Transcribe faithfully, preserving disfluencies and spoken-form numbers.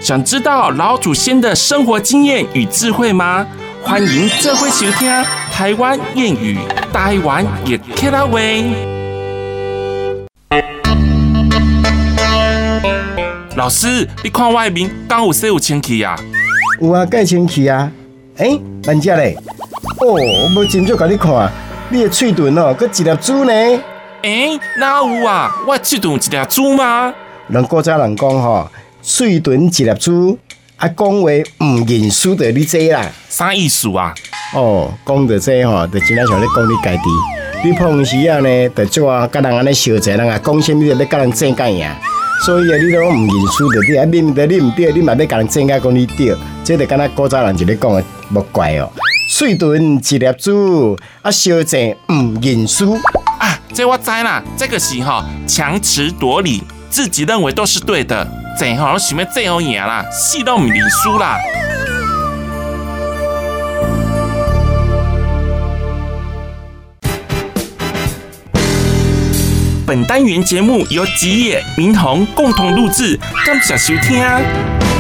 想知道老祖先的生活经验与智慧吗？欢迎这回收听台湾谚语，台湾也客家话。老师，你看外面刚有洗有清气啊？ 有啊，盖清气啊。诶、欸，慢只咧。哦，我无真少甲你看，你的喙唇哦，佮一粒珠呢。诶、 欸，哪有啊？我喙唇有一粒珠吗？ 人古早人讲吼，喙唇一粒珠，啊，讲话唔认输着你这啦。 啥意思啊？ 哦，讲到这吼，就真正像咧讲你家己。你碰时啊呢，就做啊，甲人安尼相济，人啊讲啥物就要甲人争甲赢。所以啊，你都唔认输着你，啊，明明着你唔对，你嘛要甲人争甲讲你对，这就敢若古早人就咧讲的，无怪哦。喙唇一粒珠，啊，相济唔认输啊，这我知啦，这个是吼强词夺理，自己认为都是对的，这吼都想要最好赢啦，死都唔认输啦。本单元节目由吉野、明宏共同录制，感谢收听。